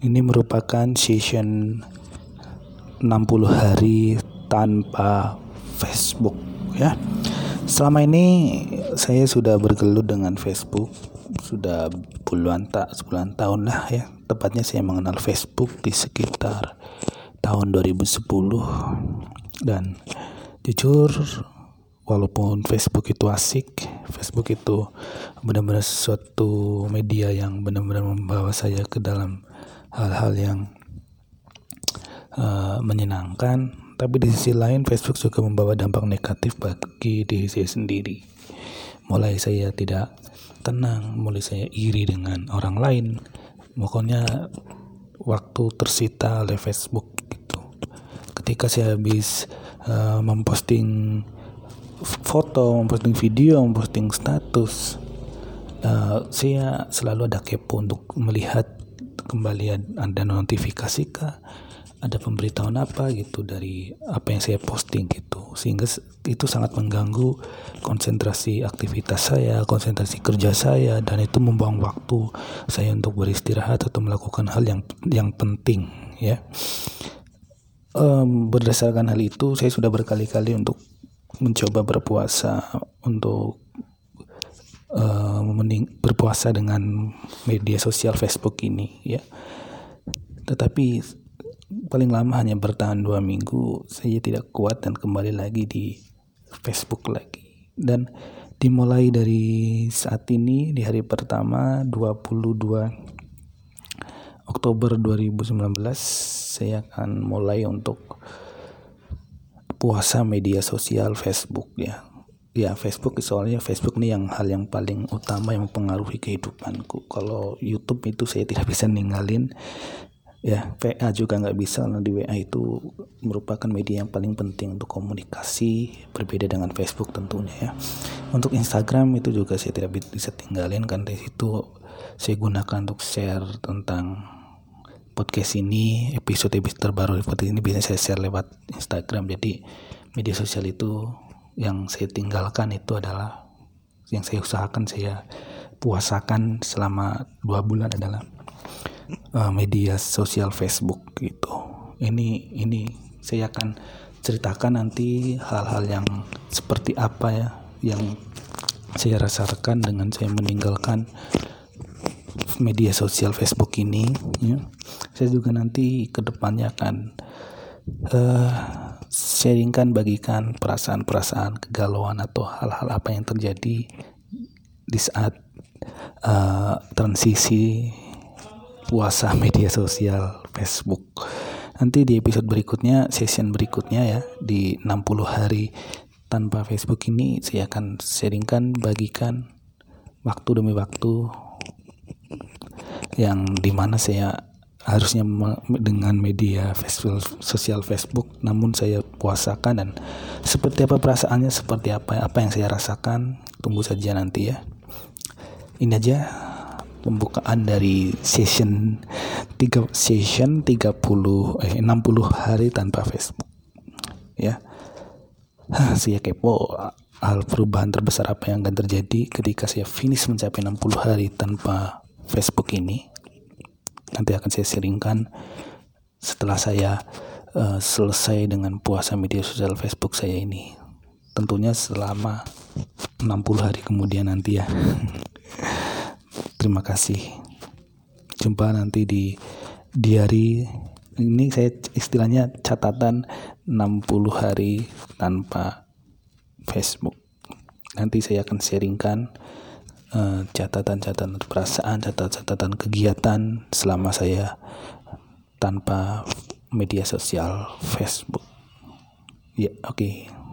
Ini merupakan session 60 hari tanpa Facebook ya. Selama ini saya sudah bergelut dengan Facebook sudah puluhan tahun lah ya. Tepatnya saya mengenal Facebook di sekitar tahun 2010 dan jujur walaupun Facebook itu asik, Facebook itu benar-benar suatu media yang benar-benar membawa saya ke dalam hal-hal yang menyenangkan, tapi di sisi lain Facebook juga membawa dampak negatif bagi diri saya sendiri. Mulai saya tidak tenang, mulai saya iri dengan orang lain. Pokoknya waktu tersita oleh Facebook gitu. Ketika saya habis memposting foto, memposting video, memposting status, saya selalu ada kepo untuk melihat kembali ada notifikasi kah, ada pemberitahuan apa gitu dari apa yang saya posting gitu, sehingga itu sangat mengganggu konsentrasi aktivitas saya, konsentrasi kerja saya, dan itu membuang waktu saya untuk beristirahat atau melakukan hal yang penting ya. Berdasarkan hal itu saya sudah berkali-kali untuk mencoba berpuasa untuk berpuasa dengan media sosial Facebook ini ya. Tetapi paling lama hanya bertahan 2 minggu, saya tidak kuat dan kembali lagi di Facebook lagi. Dan dimulai dari saat ini di hari pertama 22 Oktober 2019 saya akan mulai untuk puasa media sosial Facebook ya. Ya Facebook, soalnya Facebook ini hal yang paling utama yang mempengaruhi kehidupanku. Kalau YouTube itu saya tidak bisa ninggalin ya, WA juga nggak bisa. Karena di WA itu merupakan media yang paling penting untuk komunikasi, berbeda dengan Facebook tentunya ya. Untuk Instagram itu juga saya tidak bisa tinggalin, karena di situ saya gunakan untuk share tentang podcast ini, episode terbaru podcast ini biasanya saya share lewat Instagram. Jadi media sosial itu yang saya tinggalkan itu adalah, yang saya usahakan saya puasakan selama 2 bulan adalah media sosial Facebook gitu. Ini saya akan ceritakan nanti hal-hal yang seperti apa ya yang saya rasakan dengan saya meninggalkan media sosial Facebook ini ya. Saya juga nanti kedepannya akan sharingkan, bagikan perasaan-perasaan kegalauan atau hal-hal apa yang terjadi di saat transisi puasa media sosial Facebook. Nanti di episode berikutnya, session berikutnya ya, di 60 hari tanpa Facebook ini saya akan sharingkan, bagikan waktu demi waktu yang dimana saya harusnya dengan media sosial Facebook, namun saya puasakan, dan seperti apa perasaannya, seperti apa yang saya rasakan, tunggu saja nanti ya. Ini aja pembukaan dari session 60 hari tanpa Facebook ya. Saya kepo hal perubahan terbesar apa yang akan terjadi ketika saya finish mencapai 60 hari tanpa Facebook ini. Nanti akan saya sharingkan setelah saya selesai dengan puasa media sosial Facebook saya ini. Tentunya selama 60 hari kemudian nanti ya. Terima kasih. Jumpa nanti di diary. Ini saya istilahnya catatan 60 hari tanpa Facebook. Nanti saya akan sharingkan catatan-catatan perasaan, catatan kegiatan selama saya tanpa media sosial Facebook. Ya, oke.